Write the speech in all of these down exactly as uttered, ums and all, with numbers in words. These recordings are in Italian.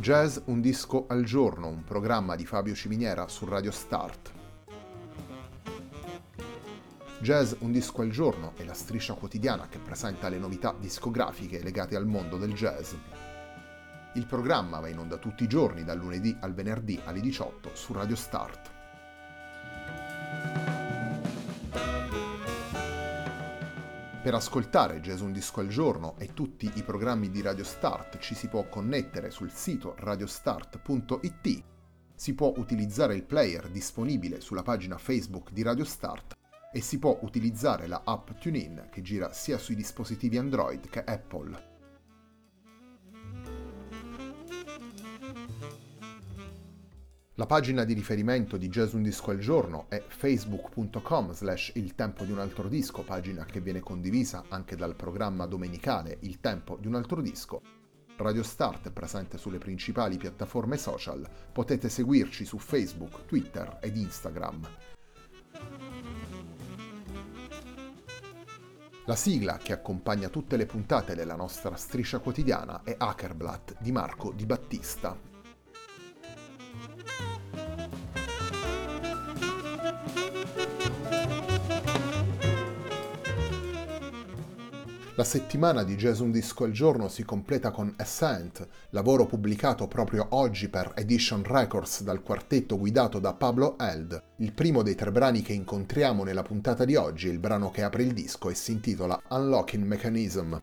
Jazz un disco al giorno, un programma di Fabio Ciminiera su Radio Start. Jazz un disco al giorno è la striscia quotidiana che presenta le novità discografiche legate al mondo del jazz. Il programma va in onda tutti i giorni dal lunedì al venerdì alle diciotto su Radio Start. Per ascoltare Jazz un disco al giorno e tutti i programmi di Radio Start ci si può connettere sul sito radiostart punto it, si può utilizzare il player disponibile sulla pagina Facebook di Radio Start e si può utilizzare la app TuneIn che gira sia sui dispositivi Android che Apple. La pagina di riferimento di Jazz un disco al giorno è facebook punto com slash il tempo di un altro disco, pagina che viene condivisa anche dal programma domenicale Il tempo di un altro disco. Radio Start è presente sulle principali piattaforme social, potete seguirci su Facebook, Twitter ed Instagram. La sigla che accompagna tutte le puntate della nostra striscia quotidiana è Hackerblatt di Marco Di Battista. La settimana di Jazz un disco al giorno si completa con Ascent, lavoro pubblicato proprio oggi per Edition Records dal quartetto guidato da Pablo Held. Il primo dei tre brani che incontriamo nella puntata di oggi è il brano che apre il disco e si intitola Unlocking Mechanism.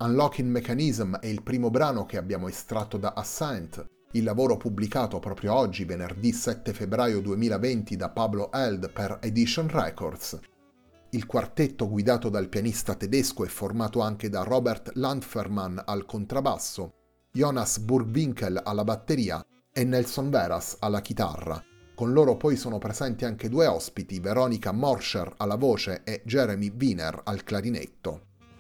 Unlocking Mechanism è il primo brano che abbiamo estratto da Ascent, il lavoro pubblicato proprio oggi, venerdì sette febbraio duemilaventi, da Pablo Held per Edition Records. Il quartetto guidato dal pianista tedesco è formato anche da Robert Landferman al contrabbasso, Jonas Burgwinkel alla batteria e Nelson Veras alla chitarra. Con loro poi sono presenti anche due ospiti, Veronica Morscher alla voce e Jeremy Wiener al clarinetto.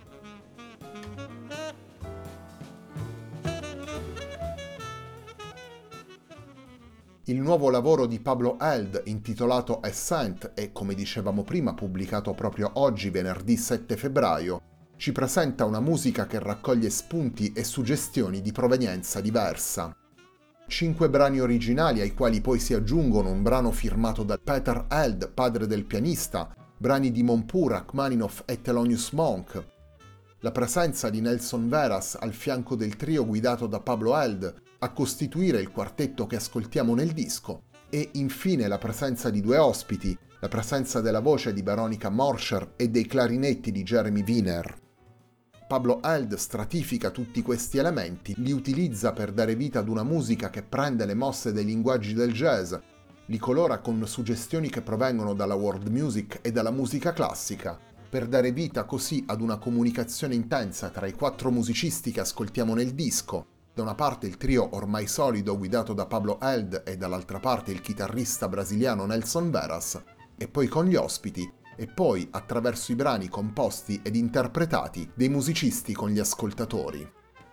Il nuovo lavoro di Pablo Held, intitolato Ascent e, come dicevamo prima, pubblicato proprio oggi, venerdì sette febbraio, ci presenta una musica che raccoglie spunti e suggestioni di provenienza diversa. Cinque brani originali ai quali poi si aggiungono un brano firmato da Peter Held, padre del pianista, brani di Monpur, Rachmaninoff e Thelonious Monk, la presenza di Nelson Veras al fianco del trio guidato da Pablo Held a costituire il quartetto che ascoltiamo nel disco, e infine la presenza di due ospiti, la presenza della voce di Veronica Morscher e dei clarinetti di Jeremy Wiener. Pablo Held stratifica tutti questi elementi, li utilizza per dare vita ad una musica che prende le mosse dei linguaggi del jazz, li colora con suggestioni che provengono dalla world music e dalla musica classica, per dare vita così ad una comunicazione intensa tra i quattro musicisti che ascoltiamo nel disco, da una parte il trio ormai solido guidato da Pablo Held e dall'altra parte il chitarrista brasiliano Nelson Veras, e poi con gli ospiti, e poi attraverso i brani composti ed interpretati dei musicisti con gli ascoltatori.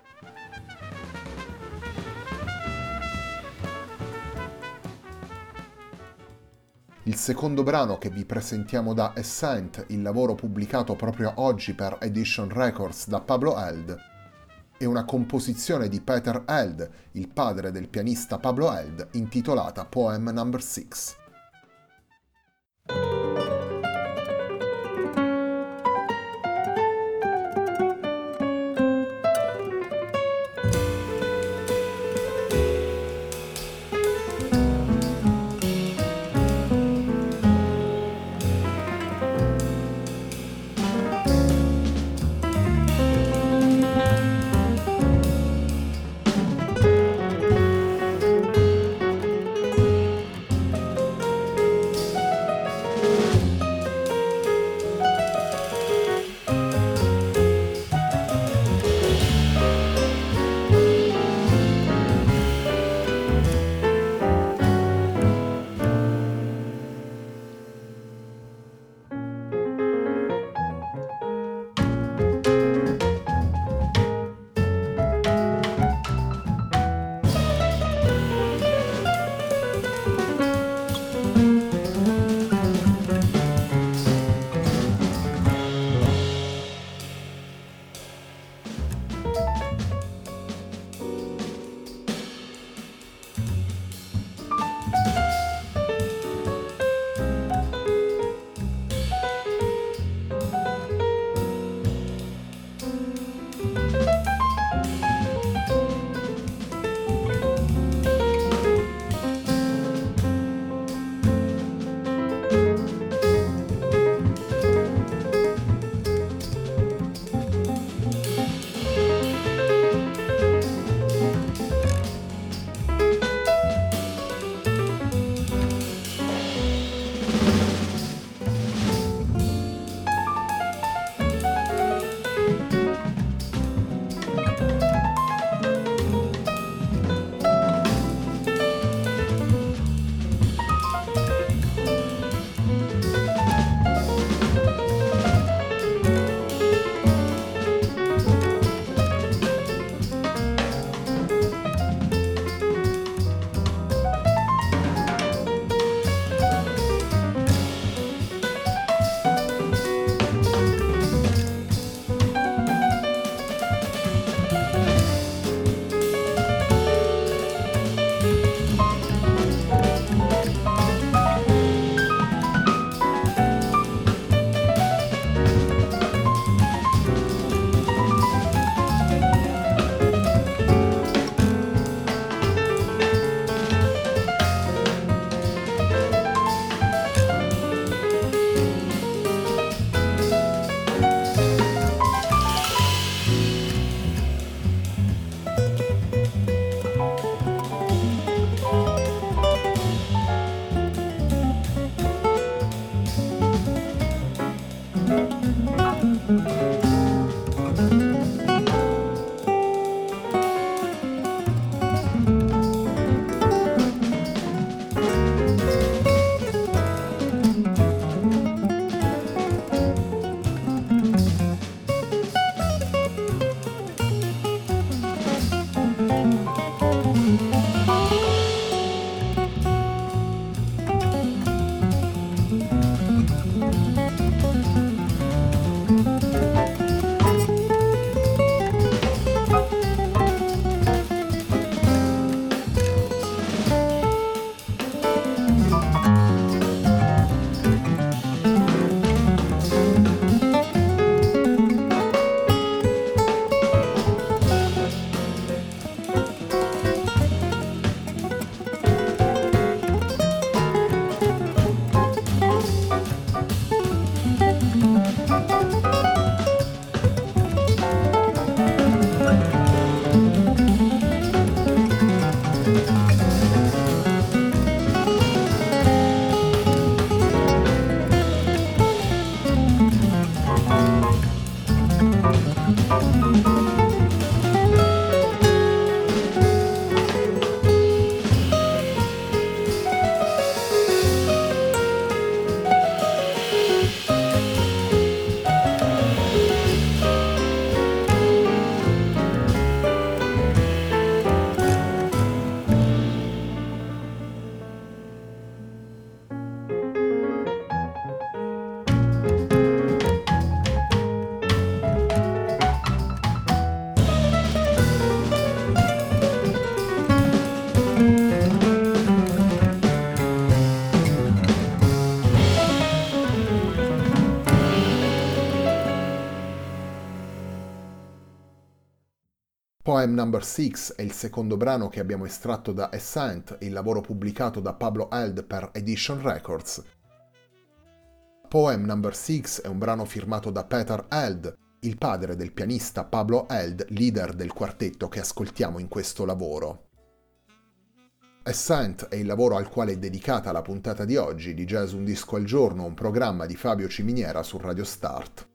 Il secondo brano che vi presentiamo da Ascent, il lavoro pubblicato proprio oggi per Edition Records da Pablo Held, è una composizione di Peter Held, il padre del pianista Pablo Held, intitolata Poem number six. Poem number six è il secondo brano che abbiamo estratto da Ascent, il lavoro pubblicato da Pablo Eld per Edition Records. Poem number six è un brano firmato da Peter Eld, il padre del pianista Pablo Eld, leader del quartetto che ascoltiamo in questo lavoro. Ascent è il lavoro al quale è dedicata la puntata di oggi di Jazz Un Disco al Giorno, un programma di Fabio Ciminiera su Radio Start.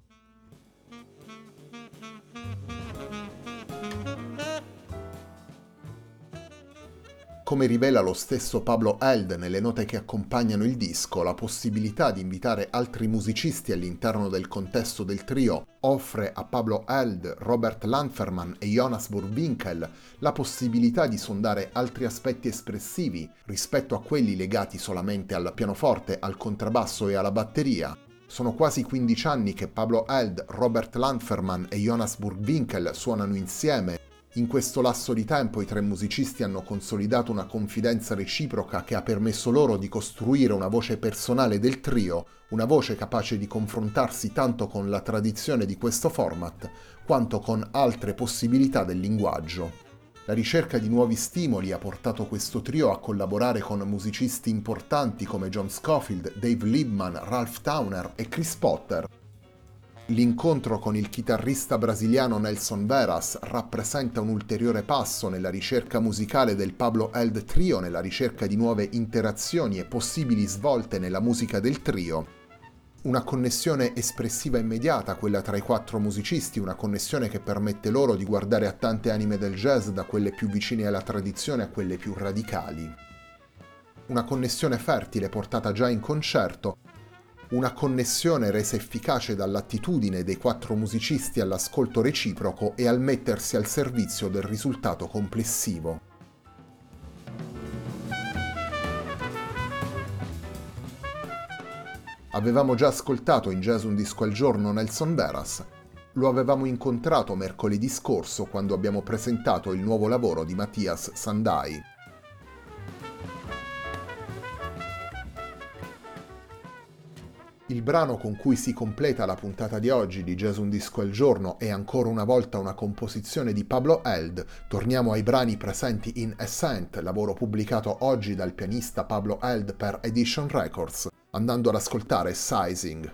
Come rivela lo stesso Pablo Eld nelle note che accompagnano il disco, la possibilità di invitare altri musicisti all'interno del contesto del trio offre a Pablo Eld, Robert Landferman e Jonas Burwinkel la possibilità di sondare altri aspetti espressivi rispetto a quelli legati solamente al pianoforte, al contrabbasso e alla batteria. Sono quasi quindici anni che Pablo Eld, Robert Landferman e Jonas Burwinkel suonano insieme. In questo lasso di tempo i tre musicisti hanno consolidato una confidenza reciproca che ha permesso loro di costruire una voce personale del trio, una voce capace di confrontarsi tanto con la tradizione di questo format quanto con altre possibilità del linguaggio. La ricerca di nuovi stimoli ha portato questo trio a collaborare con musicisti importanti come John Scofield, Dave Liebman, Ralph Towner e Chris Potter. L'incontro con il chitarrista brasiliano Nelson Veras rappresenta un ulteriore passo nella ricerca musicale del Pablo Eld Trio, nella ricerca di nuove interazioni e possibili svolte nella musica del trio. Una connessione espressiva immediata, quella tra i quattro musicisti, una connessione che permette loro di guardare a tante anime del jazz, da quelle più vicine alla tradizione a quelle più radicali. Una connessione fertile portata già in concerto, una connessione resa efficace dall'attitudine dei quattro musicisti all'ascolto reciproco e al mettersi al servizio del risultato complessivo. Avevamo già ascoltato in Jazz Un Disco al Giorno Nelson Veras. Lo avevamo incontrato mercoledì scorso quando abbiamo presentato il nuovo lavoro di Mathias Sandai. Il brano con cui si completa la puntata di oggi di Jazz Un Disco al Giorno è ancora una volta una composizione di Pablo Eld. Torniamo ai brani presenti in Ascent, lavoro pubblicato oggi dal pianista Pablo Eld per Edition Records, andando ad ascoltare Sizing.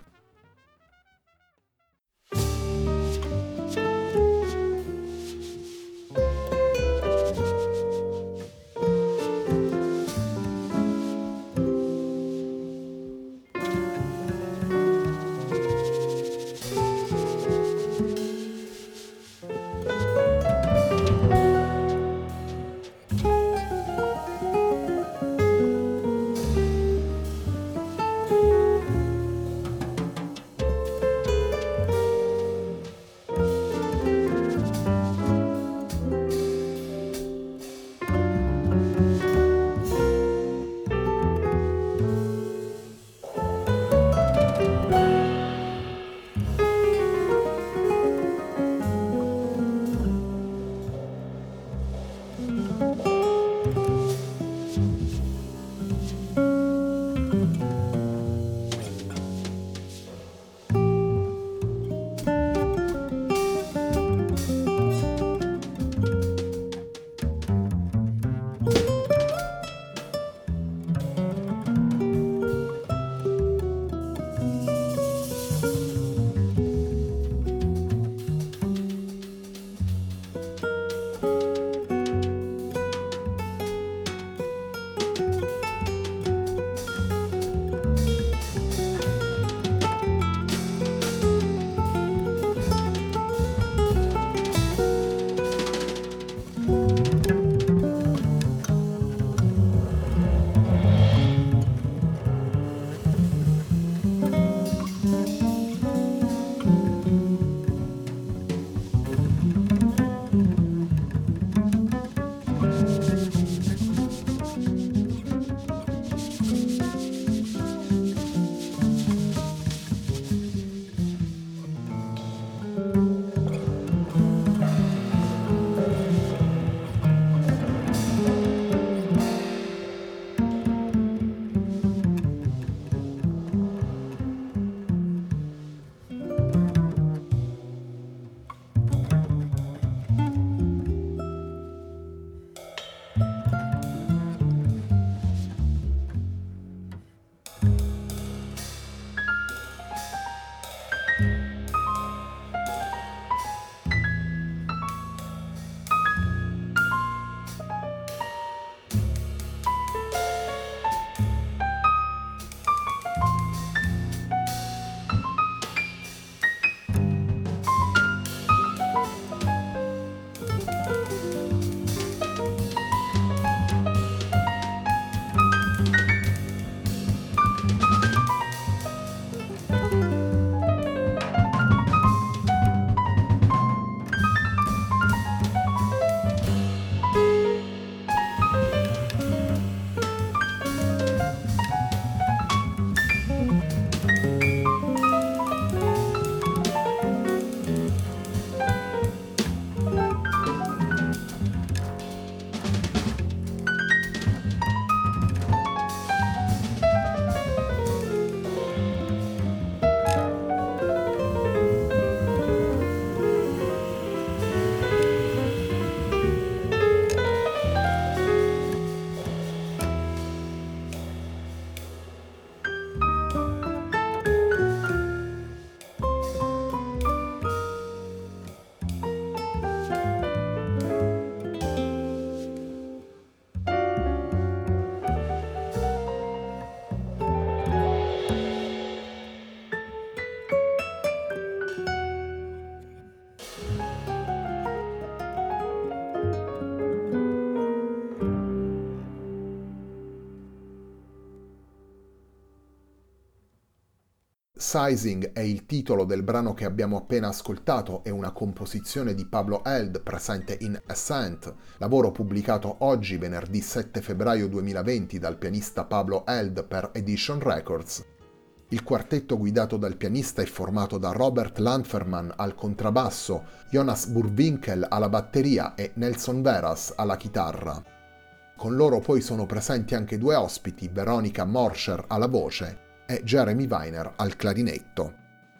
Sizing è il titolo del brano che abbiamo appena ascoltato, è una composizione di Pablo Eld presente in Ascent, lavoro pubblicato oggi venerdì sette febbraio duemilaventi dal pianista Pablo Eld per Edition Records. Il quartetto guidato dal pianista è formato da Robert Landferman al contrabbasso, Jonas Burwinkel alla batteria e Nelson Veras alla chitarra. Con loro poi sono presenti anche due ospiti, Veronica Morscher alla voce e Jeremy Weiner al clarinetto.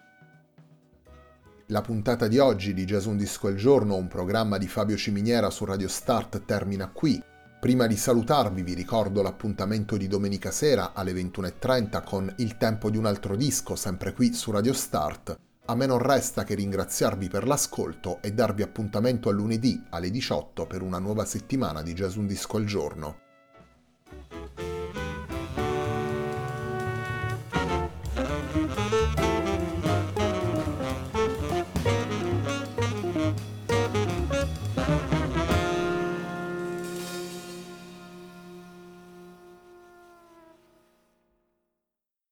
La puntata di oggi di Jazz Un Disco al Giorno, un programma di Fabio Ciminiera su Radio Start, termina qui. Prima di salutarvi vi ricordo l'appuntamento di domenica sera alle ventuno e trenta con Il tempo di un altro disco, sempre qui su Radio Start. A me non resta che ringraziarvi per l'ascolto e darvi appuntamento a lunedì alle diciotto per una nuova settimana di Jazz Un Disco al Giorno.